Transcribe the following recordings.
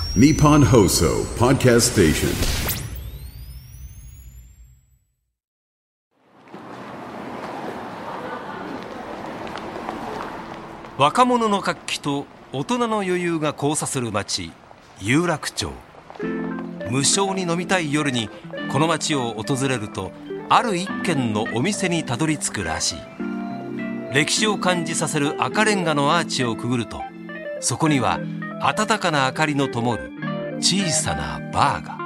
Nippon Hoso Podcast Station。 若者の活気と大人の余裕が交差する街、有楽町。無償に飲みたい夜にこの街を訪れると、ある一軒のお店にたどり着くらしい。歴史を感じさせる赤レンガのアーチをくぐると、そこには暖かな明かりの灯る小さなバーが。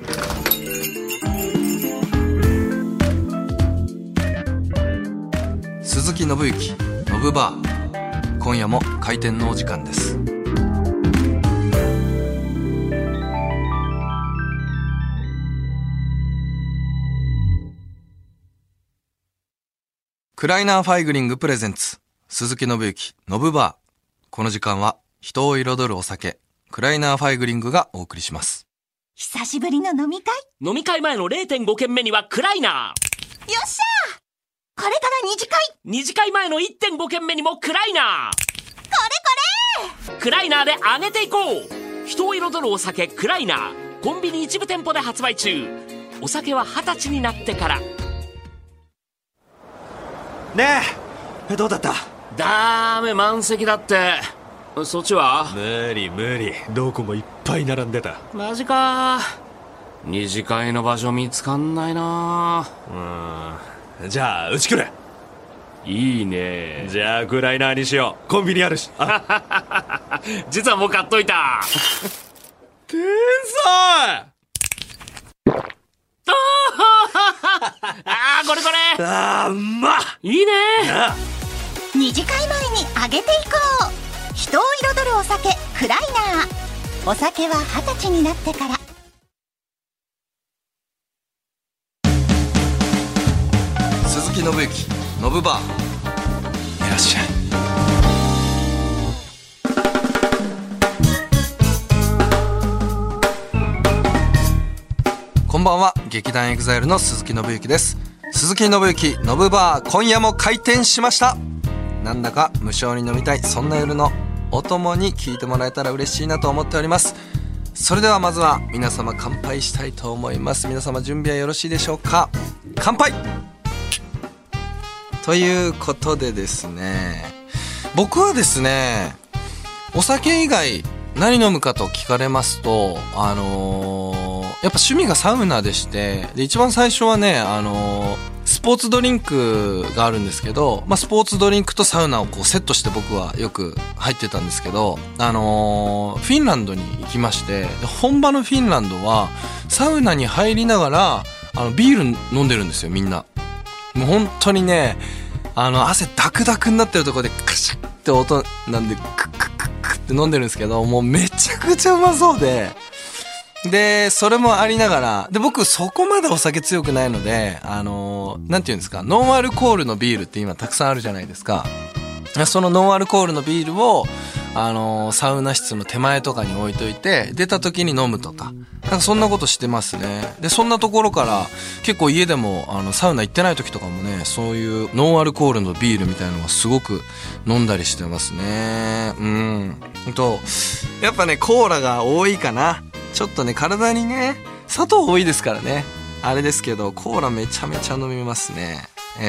鈴木信之のぶバー、今夜も開店のお時間です。クライナーファイグリングプレゼンツ鈴木信之のぶバー。この時間は人を彩るお酒、クライナーファイグリングがお送りします。 久しぶりの飲み会。 飲み会前の 0.5 軒目にはクライナー。 よっしゃー、これから二次会。 二次会前の 1.5 軒目にもクライナー。 これクライナーで上げていこう。人を彩るお酒クライナー、コンビニ一部店舗で発売中。お酒は20歳になってから。 ねえ、どうだった？ ダメ、満席だって。そっちは？ 無理、どこもいっぱい並んでた。 マジか。二次会の場所見つかんないな。 じゃあうち来る？ いいね。 じゃあクライナーにしよう。コンビニあるし。 実はもう買っといた。 天才。 これうまっ。 いいね。 二次会前に上げていこう。人を彩るお酒クライナー。お酒は20歳になってから。 鈴木信之のぶバー、いらっしゃい。こんばんは、劇団エグザイルの鈴木信之です。鈴木信之のぶバー、今夜も開店しました。なんだか無償に飲みたい、そんな夜のお供に聞いてもらえたら嬉しいなと思っております。それではまずは皆様乾杯したいと思います。皆様準備はよろしいでしょうか？乾杯ということでですね、僕はですね、お酒以外何飲むかと聞かれますと、やっぱ趣味がサウナでして、で一番最初はね、スポーツドリンクがあるんですけど、スポーツドリンクとサウナをこうセットして僕はよく入ってたんですけど、フィンランドに行きまして、本場のフィンランドはサウナに入りながらビール飲んでるんですよ、みんな。もう本当にね、汗ダクダクになってるところでカシャって音なんでクックックックッって飲んでるんですけど、もうめちゃくちゃうまそうで、それもありながら、で僕そこまでお酒強くないので、なんていうんですか、ノンアルコールのビールって今たくさんあるじゃないですか。そのノンアルコールのビールをサウナ室の手前とかに置いといて、出た時に飲むとか、なんかそんなことしてますね。でそんなところから結構家でもサウナ行ってない時とかもね、そういうノンアルコールのビールみたいなのをすごく飲んだりしてますね。やっぱね、コーラが多いかな。ちょっとね、体にね、砂糖多いですからね、あれですけど、コーラめちゃめちゃ飲みますね。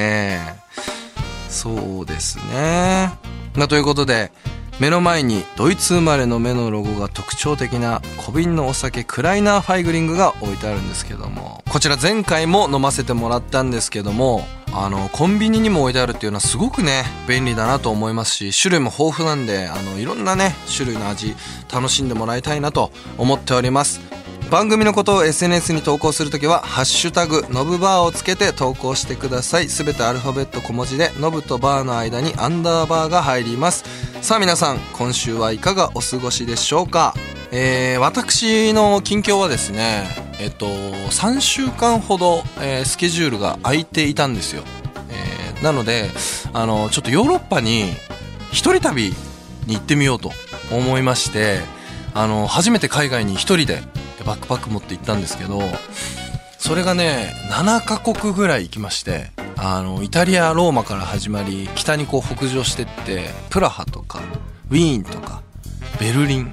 そうですね。ということで、目の前にドイツ生まれの目のロゴが特徴的な小瓶のお酒クライナーファイグリングが置いてあるんですけども、こちら前回も飲ませてもらったんですけども、コンビニにも置いてあるっていうのはすごくね、便利だなと思いますし、種類も豊富なんで、いろんなね、種類の味楽しんでもらいたいなと思っております。番組のことを SNS に投稿するときはハッシュタグのぶバーをつけて投稿してください。すべてアルファベット小文字で、のぶとバーの間にアンダーバーが入ります。さあ皆さん、今週はいかがお過ごしでしょうか？私の近況はですね、3週間ほど、スケジュールが空いていたんですよ。なのでちょっとヨーロッパに一人旅に行ってみようと思いまして、初めて海外に一人でバックパック持って行ったんですけど、それがね7カ国ぐらい行きまして、イタリアローマから始まり、北にこう北上してって、プラハとかウィーンとかベルリン行っ 、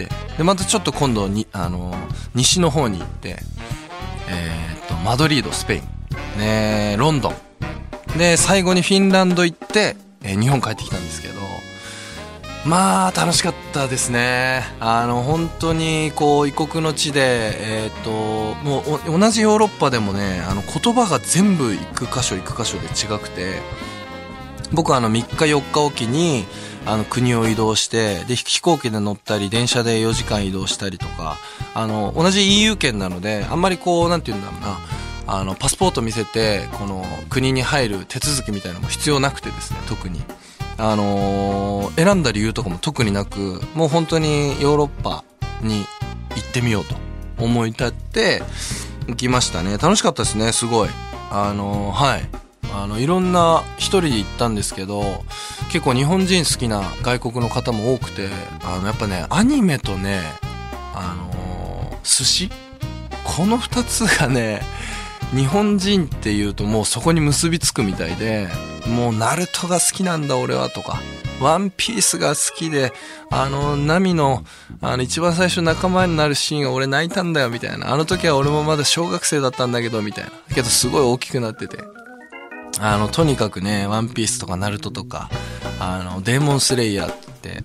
で、またちょっと今度に、西の方に行って、マドリード、スペイン、ね、ロンドン。で、最後にフィンランド行って、日本帰ってきたんですけど、まあ、楽しかったですね。本当に、こう、異国の地で、もう、同じヨーロッパでもね、言葉が全部行く箇所で違くて、僕は3日4日おきに、国を移動して、で、飛行機で乗ったり、電車で4時間移動したりとか、同じ EU 圏なので、あんまりこう、なんて言うんだろうな、パスポート見せて、この、国に入る手続きみたいなのも必要なくてですね、特に。選んだ理由とかも特になく、もう本当にヨーロッパに行ってみようと思い立って行きましたね。楽しかったですね、すごい。はい。いろんな一人で行ったんですけど、結構日本人好きな外国の方も多くて、やっぱね、アニメとね、寿司、この二つがね、日本人っていうともうそこに結びつくみたいで、もうナルトが好きなんだ俺はとか、ワンピースが好きで、ナミの一番最初仲間になるシーンが俺泣いたんだよみたいな、時は俺もまだ小学生だったんだけどみたいな、けどすごい大きくなってて、とにかくね、ワンピースとかナルトとか、デーモンスレイヤーって、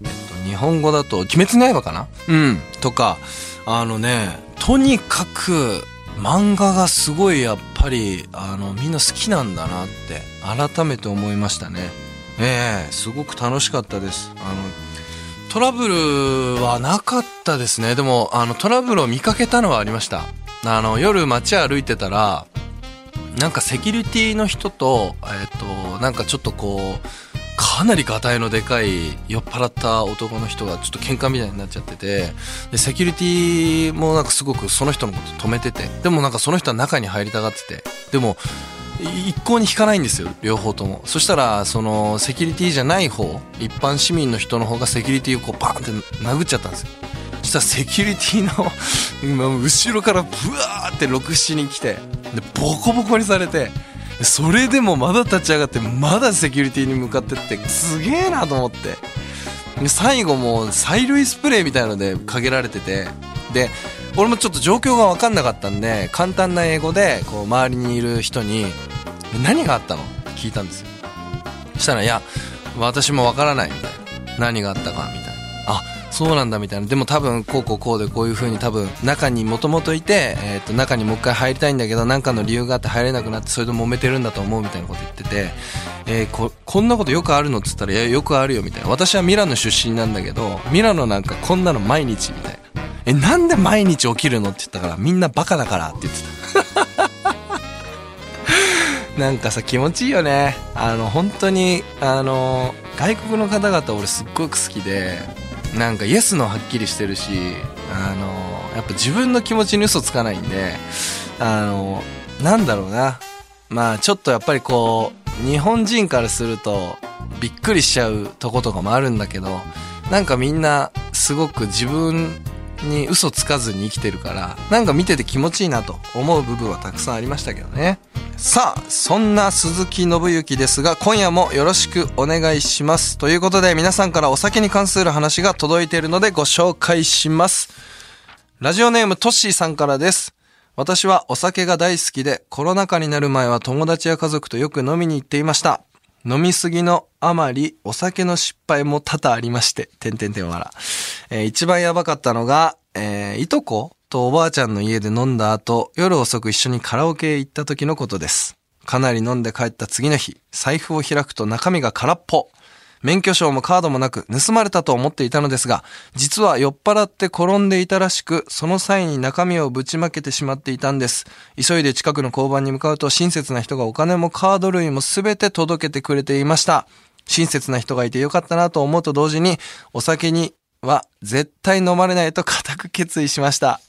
日本語だと鬼滅の刃かな、とか、とにかく漫画がすごいやっぱりみんな好きなんだなって改めて思いましたね。すごく楽しかったです。トラブルはなかったですね。でもトラブルを見かけたのはありました。夜街歩いてたら、なんかセキュリティの人となんかちょっとこうかなりガタイのでかい酔っ払った男の人がちょっと喧嘩みたいになっちゃってて、でセキュリティもなんかすごくその人のこと止めてて、でもなんかその人は中に入りたがってて、でも一向に引かないんですよ、両方とも。そしたらそのセキュリティじゃない方、一般市民の人の方がセキュリティをこうバーンって殴っちゃったんですよ。そしたらセキュリティの後ろからブワーって6、7人来て、でボコボコにされて、それでもまだ立ち上がってまだセキュリティに向かってって、すげえなと思って、で最後もう催涙スプレーみたいのでかけられてて、で俺もちょっと状況が分かんなかったんで、簡単な英語でこう周りにいる人に何があったのって聞いたんですよ。そしたら、いや私も分からないみたいな、何があったかみたいな、あそうなんだみたいな、でも多分こうでこういう風に多分中にもともといて、中にもう一回入りたいんだけど何かの理由があって入れなくなって、それで揉めてるんだと思うみたいなこと言ってて、こんなことよくあるのって言ったら、いやよくあるよみたいな、私はミラノ出身なんだけどミラノなんかこんなの毎日みたいな、なんで毎日起きるのって言ったから、みんなバカだからって言ってたなんかさ気持ちいいよね。本当に外国の方々俺すっごく好きで、なんかイエスのはっきりしてるし、やっぱ自分の気持ちに嘘つかないんで、なんだろうな、まあちょっとやっぱりこう日本人からするとびっくりしちゃうとことかもあるんだけど、なんかみんなすごく自分に嘘つかずに生きてるから、なんか見てて気持ちいいなと思う部分はたくさんありましたけどね。さあそんな鈴木信之ですが、今夜もよろしくお願いします。ということで皆さんからお酒に関する話が届いているのでご紹介します。ラジオネームトッシーさんからです。私はお酒が大好きで、コロナ禍になる前は友達や家族とよく飲みに行っていました。飲みすぎのあまりお酒の失敗も多々ありまして、一番やばかったのが、いとことおばあちゃんの家で飲んだ後、夜遅く一緒にカラオケへ行った時のことです。かなり飲んで帰った次の日、財布を開くと中身が空っぽ。免許証もカードもなく盗まれたと思っていたのですが、実は酔っ払って転んでいたらしく、その際に中身をぶちまけてしまっていたんです。急いで近くの交番に向かうと、親切な人がお金もカード類もすべて届けてくれていました。親切な人がいてよかったなと思うと同時に、お酒には絶対飲まれないと固く決意しました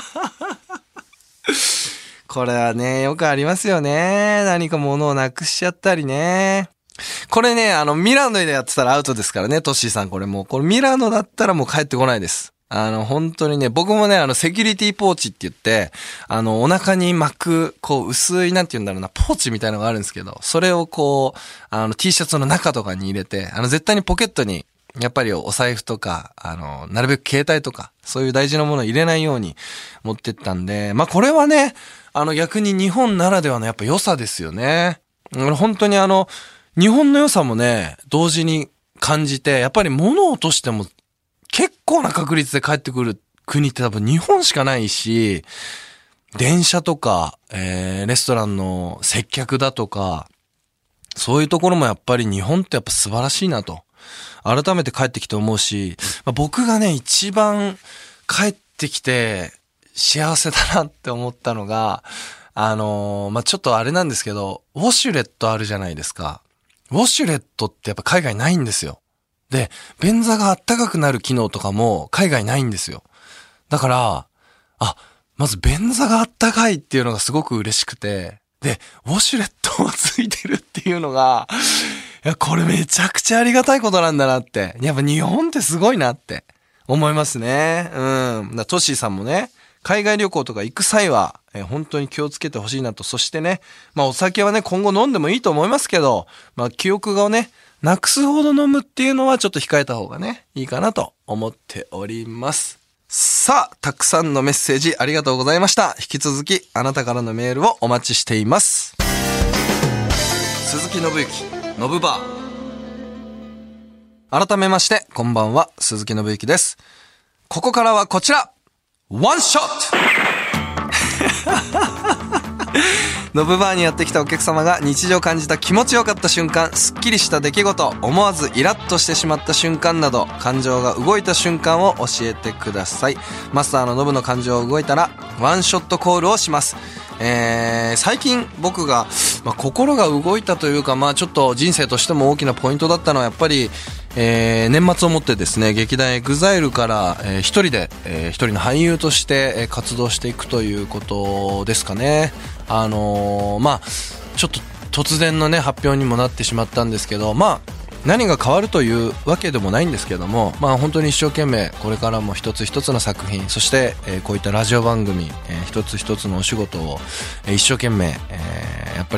これはね、よくありますよね。何か物をなくしちゃったりね。これね、ミラノでやってたらアウトですからね、トッシーさん。これミラノだったらもう帰ってこないです。本当にね、僕もね、セキュリティポーチって言って、お腹に巻く、こう、薄い、なんて言うんだろうな、ポーチみたいなのがあるんですけど、それをこう、T シャツの中とかに入れて、絶対にポケットにやっぱりお財布とか、なるべく携帯とか、そういう大事なものを入れないように持ってったんで、まあこれはね、逆に日本ならではのやっぱ良さですよね。本当に日本の良さもね、同時に感じて、やっぱり物を落としても結構な確率で帰ってくる国って多分日本しかないし、電車とか、レストランの接客だとか、そういうところもやっぱり日本ってやっぱ素晴らしいなと。改めて帰ってきて思うし、僕がね、一番帰ってきて幸せだなって思ったのが、ちょっとあれなんですけど、ウォシュレットあるじゃないですか。ウォシュレットってやっぱ海外ないんですよ。で、便座があったかくなる機能とかも海外ないんですよ。だから、まず便座があったかいっていうのがすごく嬉しくて、で、ウォシュレットもついてるっていうのが、いや、これめちゃくちゃありがたいことなんだなって。やっぱ日本ってすごいなって思いますね。トッシーさんもね、海外旅行とか行く際は、本当に気をつけてほしいなと。そしてね、お酒はね、今後飲んでもいいと思いますけど、記憶をね、なくすほど飲むっていうのはちょっと控えた方がね、いいかなと思っております。さあ、たくさんのメッセージありがとうございました。引き続き、あなたからのメールをお待ちしています。鈴木信之。ノブバー。改めまして、こんばんは、鈴木信之です。ここからはこちら、ワンショットノブバーにやってきたお客様が日常感じた気持ちよかった瞬間、スッキリした出来事、思わずイラッとしてしまった瞬間など、感情が動いた瞬間を教えてください。マスターのノブの感情が動いたら、ワンショットコールをします。最近僕が、心が動いたというか、ちょっと人生としても大きなポイントだったのはやっぱり、年末をもってですね、劇団EXILEから、一人の俳優として、活動していくということですかね。ちょっと突然のね、発表にもなってしまったんですけど、何が変わるというわけでもないんですけども、本当に一生懸命これからも一つ一つの作品、そして、こういったラジオ番組、一つ一つのお仕事を、一生懸命、やっぱり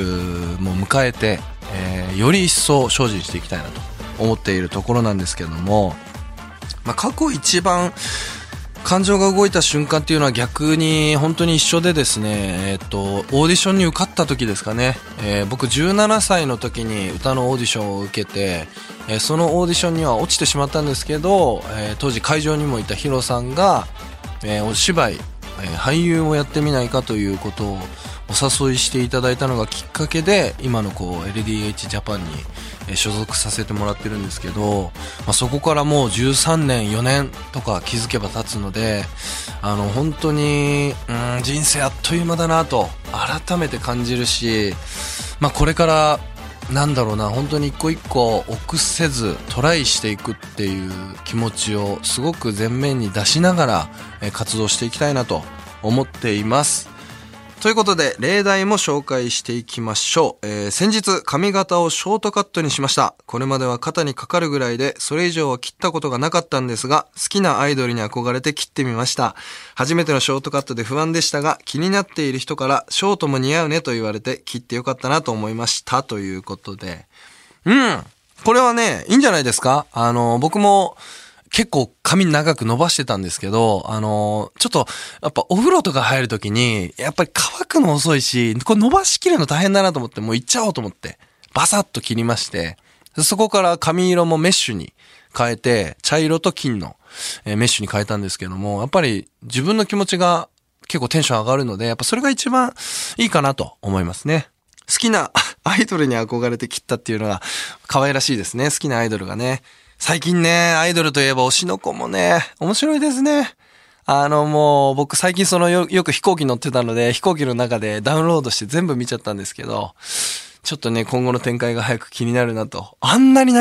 30も迎えて、より一層精進していきたいなと思っているところなんですけども、過去一番感情が動いた瞬間っていうのは逆に本当に一緒でですね、オーディションに受かった時ですかね。僕17歳の時に歌のオーディションを受けて、そのオーディションには落ちてしまったんですけど、当時会場にもいたヒロさんが、お芝居、俳優をやってみないかということをお誘いしていただいたのがきっかけで、今のLDH ジャパンに所属させてもらってるんですけど、そこからもう13年4年とか気づけば経つので、本当に人生あっという間だなと改めて感じるし、これから本当に一個一個臆せずトライしていくっていう気持ちをすごく前面に出しながら活動していきたいなと思っています。ということで、例題も紹介していきましょう。先日、髪型をショートカットにしました。これまでは肩にかかるぐらいで、それ以上は切ったことがなかったんですが、好きなアイドルに憧れて切ってみました。初めてのショートカットで不安でしたが、気になっている人から、ショートも似合うねと言われて、切ってよかったなと思いました。ということで。これはね、いいんじゃないですか？僕も、結構髪長く伸ばしてたんですけど、ちょっと、やっぱお風呂とか入るときに、やっぱり乾くの遅いし、これ伸ばしきるの大変だなと思って、もう行っちゃおうと思って、バサッと切りまして、そこから髪色もメッシュに変えて、茶色と金のメッシュに変えたんですけども、やっぱり自分の気持ちが結構テンション上がるので、やっぱそれが一番いいかなと思いますね。好きなアイドルに憧れて切ったっていうのが可愛らしいですね。好きなアイドルがね。最近ね、アイドルといえば推しの子もね、面白いですね。もう僕最近よく飛行機乗ってたので、飛行機の中でダウンロードして全部見ちゃったんですけど、ちょっとね、今後の展開が早く気になるなと。あんなに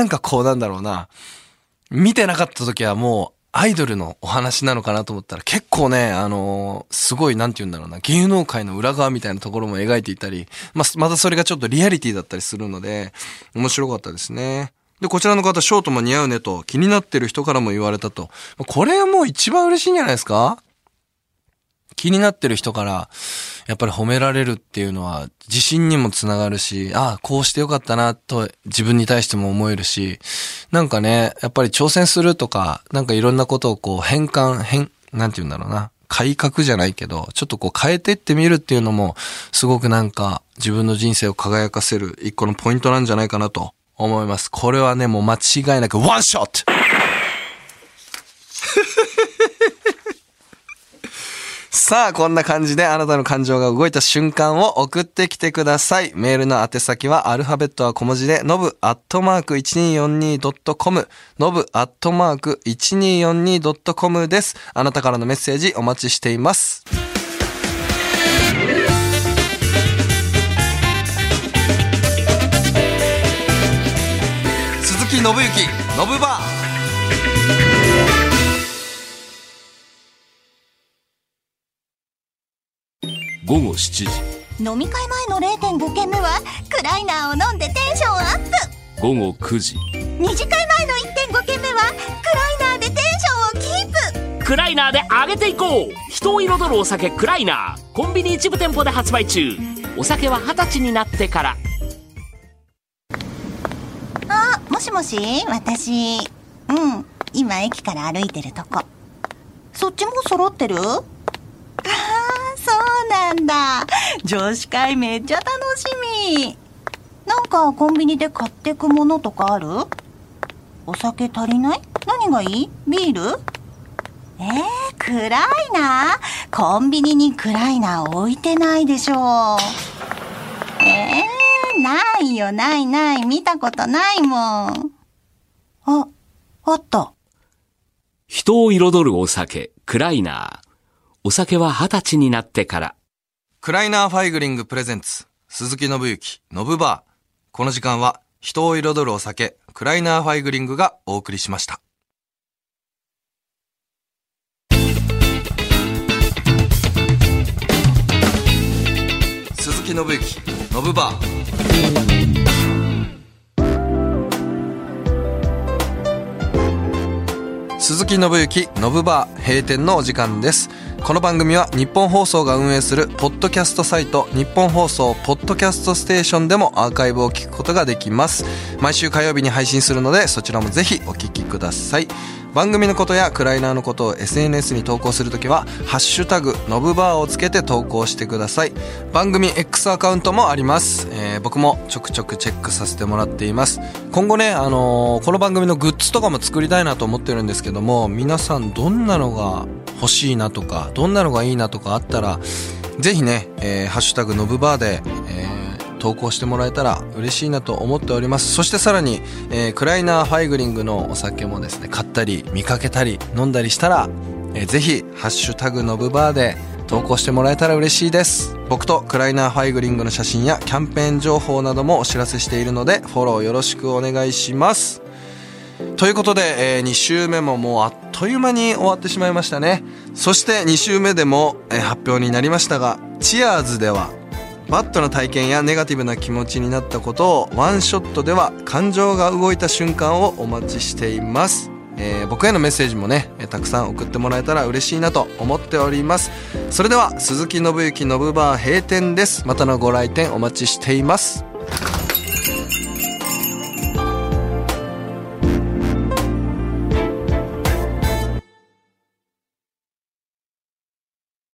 見てなかった時はもうアイドルのお話なのかなと思ったら結構ね、すごい芸能界の裏側みたいなところも描いていたり、またそれがちょっとリアリティだったりするので、面白かったですね。で、こちらの方、ショートも似合うねと気になってる人からも言われたと。これはもう一番嬉しいんじゃないですか？ 気になってる人からやっぱり褒められるっていうのは自信にもつながるし、ああこうしてよかったなと自分に対しても思えるし、なんかねやっぱり挑戦するとか、なんかいろんなことをこうなんて言うんだろうな、改革じゃないけどちょっとこう変えてってみるっていうのもすごくなんか自分の人生を輝かせる一個のポイントなんじゃないかなと思います。これはねもう間違いなくワンショットさあこんな感じであなたの感情が動いた瞬間を送ってきてください。メールの宛先はアルファベットは小文字でnobu@1242.com nobu@1242.com です。あなたからのメッセージお待ちしています。鈴木信之ノブバー。 午後7時。 飲み会前の 0.5 軒目はクライナーを飲んでテンションアップ。 午後9時。 2次会前の 1.5 軒目はクライナーでテンションをキープ。 クライナーで上げていこう。人を彩るお酒クライナー、コンビニ一部店舗で発売中。お酒は20歳になってから。 あ、もしもし、私今駅から歩いてるとこ。そっちも揃ってる？そうなんだ。女子会めっちゃ楽しみ。なんかコンビニで買ってくものとかある？お酒足りない？何がいい？ビール？クライナー？コンビニにクライナー置いてないでしょ。ないよ、ない。見たことないもん。あった。 人を彩るお酒クライナー。お酒は20歳になってから。 クライナーファイグリングプレゼンツ鈴木信之ノブバー。この時間は人を彩るお酒クライナーファイグリングがお送りしました。鈴木信之ノブバー。鈴木信之ノブバー閉店のお時間です。この番組は日本放送が運営するポッドキャストサイト日本放送ポッドキャストステーションでもアーカイブを聞くことができます。毎週火曜日に配信するのでそちらもぜひお聞きください。番組のことやクライナーのことを SNS に投稿するときはハッシュタグノブバーをつけて投稿してください。番組 X アカウントもあります。僕もちょくちょくチェックさせてもらっています。今後ね、この番組のグッズとかも作りたいなと思ってるんですけども、皆さんどんなのが欲しいなとかどんなのがいいなとかあったらぜひね、ハッシュタグノブバーで、投稿してもらえたら嬉しいなと思っております。そしてさらに、クライナーファイグリングのお酒もですね買ったり見かけたり飲んだりしたら、ぜひハッシュタグノブバーで投稿してもらえたら嬉しいです。僕とクライナーファイグリングの写真やキャンペーン情報などもお知らせしているのでフォローよろしくお願いします。ということで、2週目ももうあっという間に終わってしまいましたね。そして2週目でも、発表になりましたが、チアーズではバッドな体験やネガティブな気持ちになったことをワンショットでは感情が動いた瞬間をお待ちしています。僕へのメッセージもね、たくさん送ってもらえたら嬉しいなと思っております。それでは鈴木信之ノブバー閉店です。またのご来店お待ちしています。